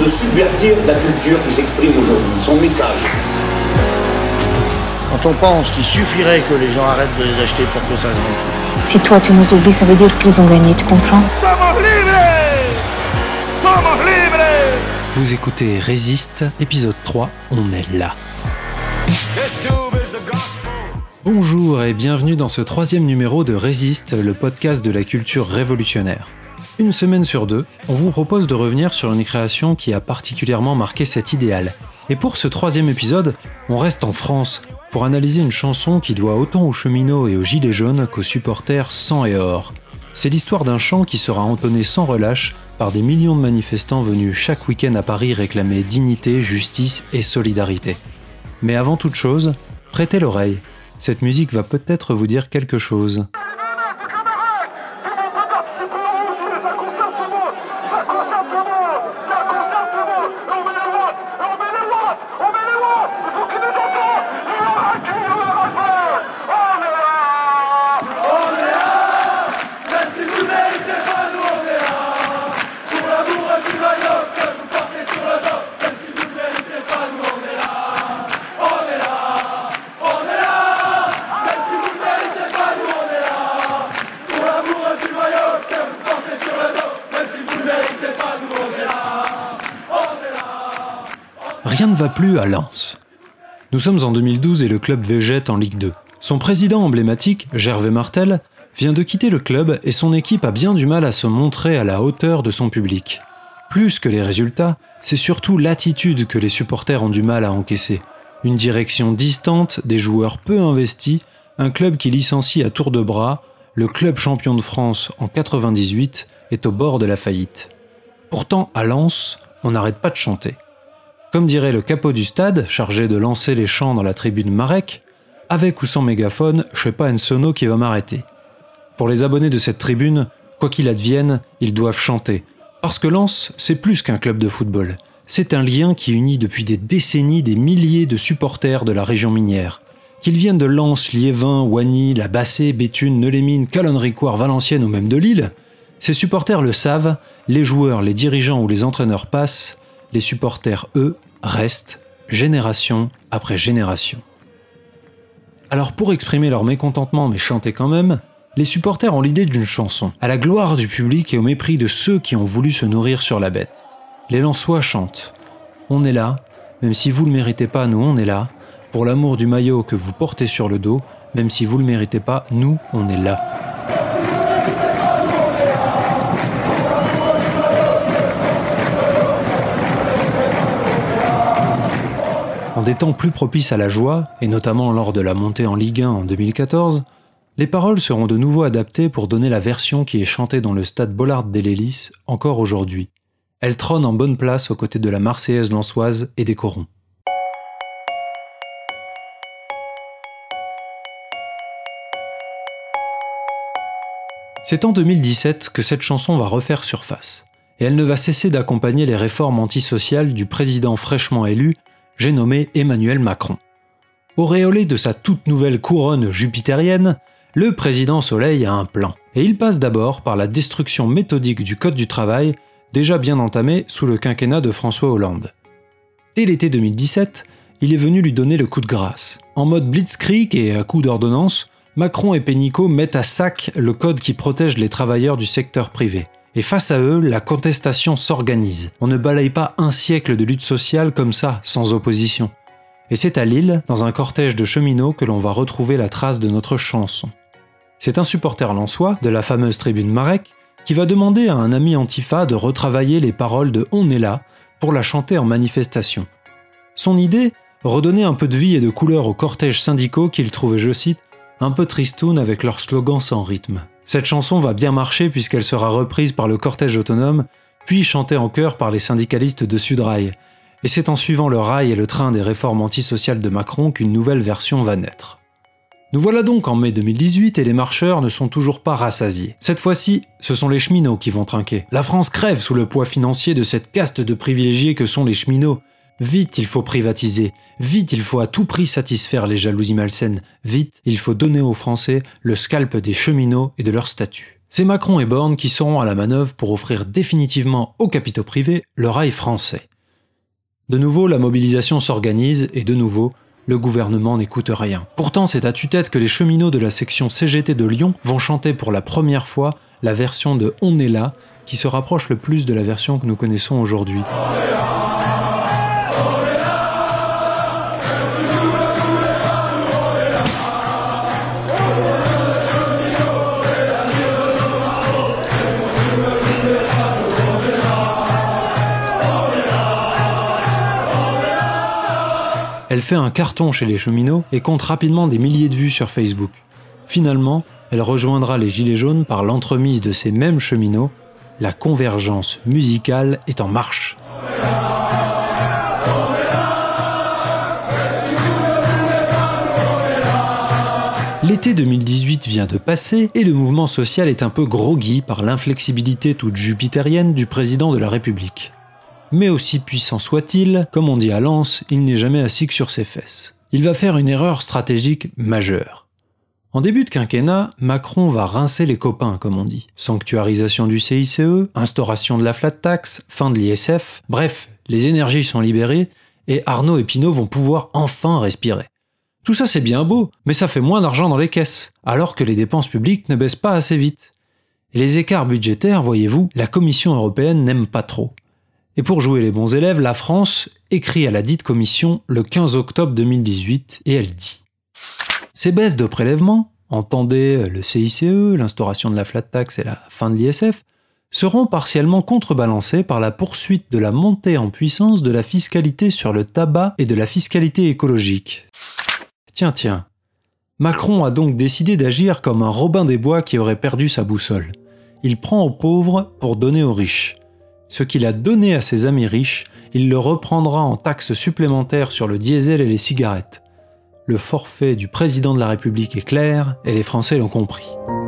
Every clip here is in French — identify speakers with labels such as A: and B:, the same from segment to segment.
A: de subvertir la culture qui s'exprime aujourd'hui, son message.
B: Quand on pense qu'il suffirait que les gens arrêtent de les acheter pour que ça se vende.
C: Si toi tu nous oublies, ça veut dire qu'ils ont gagné, tu comprends?
D: Somos libres! Somos libres!
E: Vous écoutez Résiste, épisode 3, on est là. Bonjour et bienvenue dans ce 3e numéro de Résiste, le podcast de la culture révolutionnaire. Une semaine sur deux, on vous propose de revenir sur une création qui a particulièrement marqué cet idéal. Et pour ce 3e épisode, on reste en France pour analyser une chanson qui doit autant aux cheminots et aux gilets jaunes qu'aux supporters sang et or. C'est l'histoire d'un chant qui sera entonné sans relâche par des millions de manifestants venus chaque week-end à Paris réclamer dignité, justice et solidarité. Mais avant toute chose, prêtez l'oreille. Cette musique va peut-être vous dire quelque chose. Rien ne va plus à Lens. Nous sommes en 2012 et le club végète en Ligue 2. Son président emblématique, Gervais Martel, vient de quitter le club et son équipe a bien du mal à se montrer à la hauteur de son public. Plus que les résultats, c'est surtout l'attitude que les supporters ont du mal à encaisser. Une direction distante, des joueurs peu investis, un club qui licencie à tour de bras, le club champion de France en 98 est au bord de la faillite. Pourtant, à Lens, on n'arrête pas de chanter. Comme dirait le capot du stade, chargé de lancer les chants dans la tribune Marek, avec ou sans mégaphone, je sais pas un sono qui va m'arrêter. Pour les abonnés de cette tribune, quoi qu'il advienne, ils doivent chanter. Parce que Lens, c'est plus qu'un club de football. C'est un lien qui unit depuis des décennies des milliers de supporters de la région minière. Qu'ils viennent de Lens, Liévin, Wany, La Bassée, Béthune, Neulémine, Callonne-Ricoire, Valenciennes ou même de Lille, ces supporters le savent, les joueurs, les dirigeants ou les entraîneurs passent, les supporters, eux, restent, génération après génération. Alors pour exprimer leur mécontentement mais chanter quand même, les supporters ont l'idée d'une chanson, à la gloire du public et au mépris de ceux qui ont voulu se nourrir sur la bête. Les Lensois chantent « On est là, même si vous le méritez pas, nous on est là, pour l'amour du maillot que vous portez sur le dos, même si vous le méritez pas, nous on est là. » En des temps plus propices à la joie, et notamment lors de la montée en Ligue 1 en 2014, les paroles seront de nouveau adaptées pour donner la version qui est chantée dans le stade Bollard Bellailis encore aujourd'hui. Elle trône en bonne place aux côtés de la Marseillaise lensoise et des corons. C'est en 2017 que cette chanson va refaire surface, et elle ne va cesser d'accompagner les réformes antisociales du président fraîchement élu, j'ai nommé Emmanuel Macron. Auréolé de sa toute nouvelle couronne jupitérienne, le président Soleil a un plan. Et il passe d'abord par la destruction méthodique du Code du travail, déjà bien entamé sous le quinquennat de François Hollande. Dès l'été 2017, il est venu lui donner le coup de grâce. En mode blitzkrieg et à coup d'ordonnance, Macron et Pénicaud mettent à sac le code qui protège les travailleurs du secteur privé. Et face à eux, la contestation s'organise. On ne balaye pas un siècle de lutte sociale comme ça, sans opposition. Et c'est à Lille, dans un cortège de cheminots, que l'on va retrouver la trace de notre chanson. C'est un supporter lensois, de la fameuse tribune Marek, qui va demander à un ami Antifa de retravailler les paroles de « On est là » pour la chanter en manifestation. Son idée, redonner un peu de vie et de couleur aux cortèges syndicaux qu'il trouvait, je cite, « un peu tristoun avec leurs slogans sans rythme ». Cette chanson va bien marcher puisqu'elle sera reprise par le cortège autonome, puis chantée en chœur par les syndicalistes de Sudrail. Et c'est en suivant le rail et le train des réformes antisociales de Macron qu'une nouvelle version va naître. Nous voilà donc en mai 2018 et les marcheurs ne sont toujours pas rassasiés. Cette fois-ci, ce sont les cheminots qui vont trinquer. La France crève sous le poids financier de cette caste de privilégiés que sont les cheminots. Vite, il faut privatiser. Vite, il faut à tout prix satisfaire les jalousies malsaines. Vite, il faut donner aux Français le scalp des cheminots et de leur statut. C'est Macron et Borne qui seront à la manœuvre pour offrir définitivement aux capitaux privés le rail français. De nouveau, la mobilisation s'organise et de nouveau, le gouvernement n'écoute rien. Pourtant, c'est à tue-tête que les cheminots de la section CGT de Lyon vont chanter pour la première fois la version de On est là, qui se rapproche le plus de la version que nous connaissons aujourd'hui. Elle fait un carton chez les cheminots et compte rapidement des milliers de vues sur Facebook. Finalement, elle rejoindra les Gilets jaunes par l'entremise de ces mêmes cheminots. La convergence musicale est en marche. L'été 2018 vient de passer et le mouvement social est un peu groggy par l'inflexibilité toute jupitérienne du président de la République. Mais aussi puissant soit-il, comme on dit à Lens, il n'est jamais assis que sur ses fesses. Il va faire une erreur stratégique majeure. En début de quinquennat, Macron va rincer les copains, comme on dit. Sanctuarisation du CICE, instauration de la flat tax, fin de l'ISF, bref, les énergies sont libérées et Arnaud et Pinault vont pouvoir enfin respirer. Tout ça c'est bien beau, mais ça fait moins d'argent dans les caisses, alors que les dépenses publiques ne baissent pas assez vite. Et les écarts budgétaires, voyez-vous, la Commission européenne n'aime pas trop. Et pour jouer les bons élèves, la France écrit à la dite commission le 15 octobre 2018 et elle dit « Ces baisses de prélèvements, entendez le CICE, l'instauration de la flat tax et la fin de l'ISF, seront partiellement contrebalancées par la poursuite de la montée en puissance de la fiscalité sur le tabac et de la fiscalité écologique. » Tiens, Macron a donc décidé d'agir comme un Robin des Bois qui aurait perdu sa boussole. Il prend aux pauvres pour donner aux riches. Ce qu'il a donné à ses amis riches, il le reprendra en taxes supplémentaires sur le diesel et les cigarettes. Le forfait du président de la République est clair et les Français l'ont compris.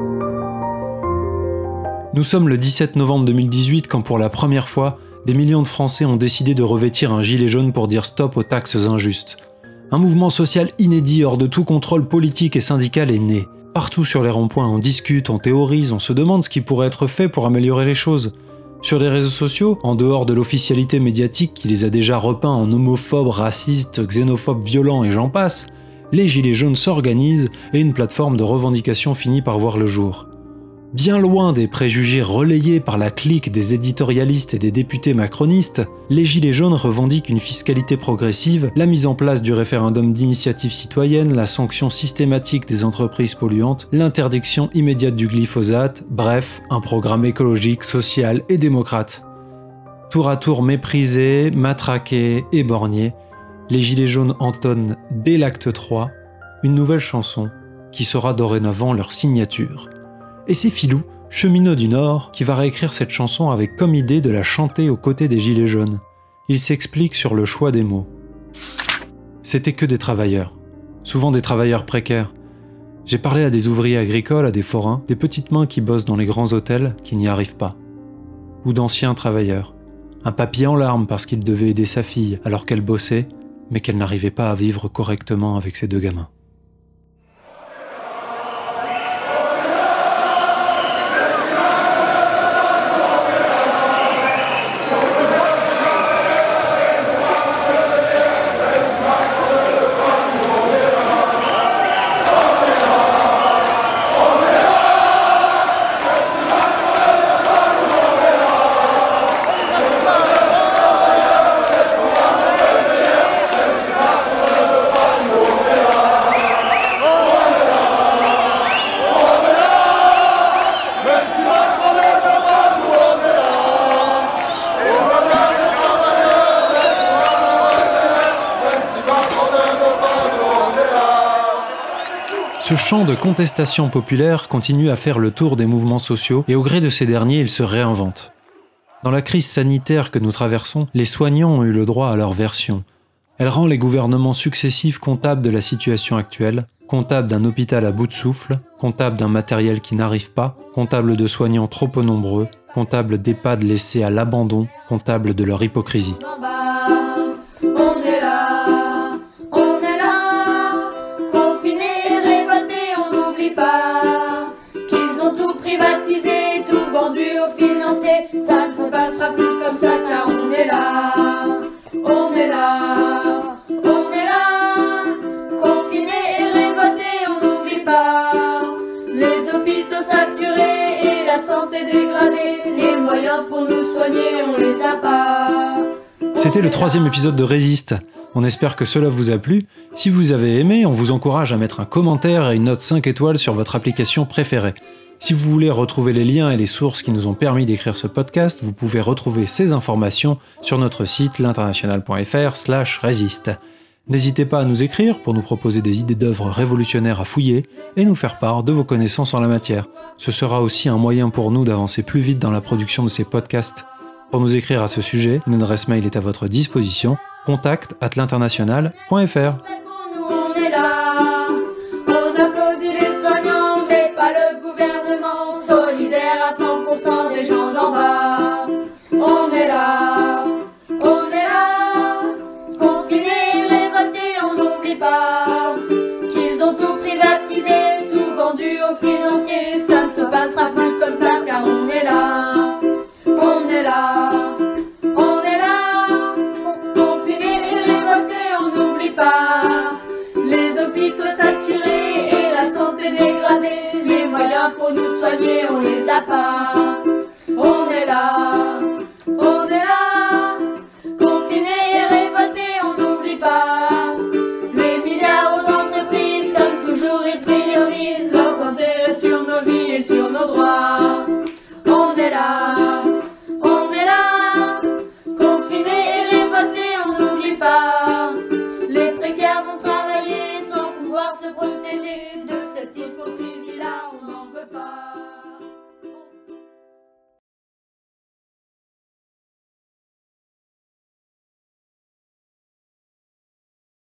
E: Nous sommes le 17 novembre 2018 quand pour la première fois, des millions de Français ont décidé de revêtir un gilet jaune pour dire stop aux taxes injustes. Un mouvement social inédit hors de tout contrôle politique et syndical est né. Partout sur les ronds-points, on discute, on théorise, on se demande ce qui pourrait être fait pour améliorer les choses. Sur les réseaux sociaux, en dehors de l'officialité médiatique qui les a déjà repeints en homophobes, racistes, xénophobes violents et j'en passe, les Gilets jaunes s'organisent et une plateforme de revendication finit par voir le jour. Bien loin des préjugés relayés par la clique des éditorialistes et des députés macronistes, les Gilets jaunes revendiquent une fiscalité progressive, la mise en place du référendum d'initiative citoyenne, la sanction systématique des entreprises polluantes, l'interdiction immédiate du glyphosate, bref, un programme écologique, social et démocrate. Tour à tour méprisés, matraqués et borgnés, les Gilets jaunes entonnent dès l'acte 3 une nouvelle chanson qui sera dorénavant leur signature. Et c'est Filou, cheminot du Nord, qui va réécrire cette chanson avec comme idée de la chanter aux côtés des Gilets jaunes. Il s'explique sur le choix des mots. C'était que des travailleurs, souvent des travailleurs précaires. J'ai parlé à des ouvriers agricoles, à des forains, des petites mains qui bossent dans les grands hôtels qui n'y arrivent pas. Ou d'anciens travailleurs. Un papy en larmes parce qu'il devait aider sa fille alors qu'elle bossait, mais qu'elle n'arrivait pas à vivre correctement avec ses 2 gamins. Ce chant de contestation populaire continue à faire le tour des mouvements sociaux et au gré de ces derniers, il se réinvente. Dans la crise sanitaire que nous traversons, les soignants ont eu le droit à leur version. Elle rend les gouvernements successifs comptables de la situation actuelle, comptables d'un hôpital à bout de souffle, comptables d'un matériel qui n'arrive pas, comptables de soignants trop peu nombreux, comptables d'EHPAD laissés à l'abandon, comptables de leur hypocrisie.
F: Ça ne se passera plus comme ça car on est là, hôpitaux saturés et la santé dégradée. Les moyens pour nous soigner, on les a pas.
E: C'était le 3e épisode de Résiste. On espère que cela vous a plu. Si vous avez aimé, on vous encourage à mettre un commentaire et une note 5 étoiles sur votre application préférée. Si vous voulez retrouver les liens et les sources qui nous ont permis d'écrire ce podcast, vous pouvez retrouver ces informations sur notre site l'international.fr/résiste. N'hésitez pas à nous écrire pour nous proposer des idées d'œuvres révolutionnaires à fouiller et nous faire part de vos connaissances en la matière. Ce sera aussi un moyen pour nous d'avancer plus vite dans la production de ces podcasts. Pour nous écrire à ce sujet, une adresse mail est à votre disposition, contact@l'international.fr.
F: Nous on est là, on applaudit les soignants, mais pas le gouvernement, solidaire à 100% des gens d'en bas. On est là, confinés, révoltés, on n'oublie pas qu'ils ont tout privatisé, tout vendu aux financiers. Ça ne se passera plus comme ça car on est là, confinés, révoltés, on n'oublie pas les hôpitaux saturés et la santé dégradée. Les moyens pour nous soigner, on les a pas.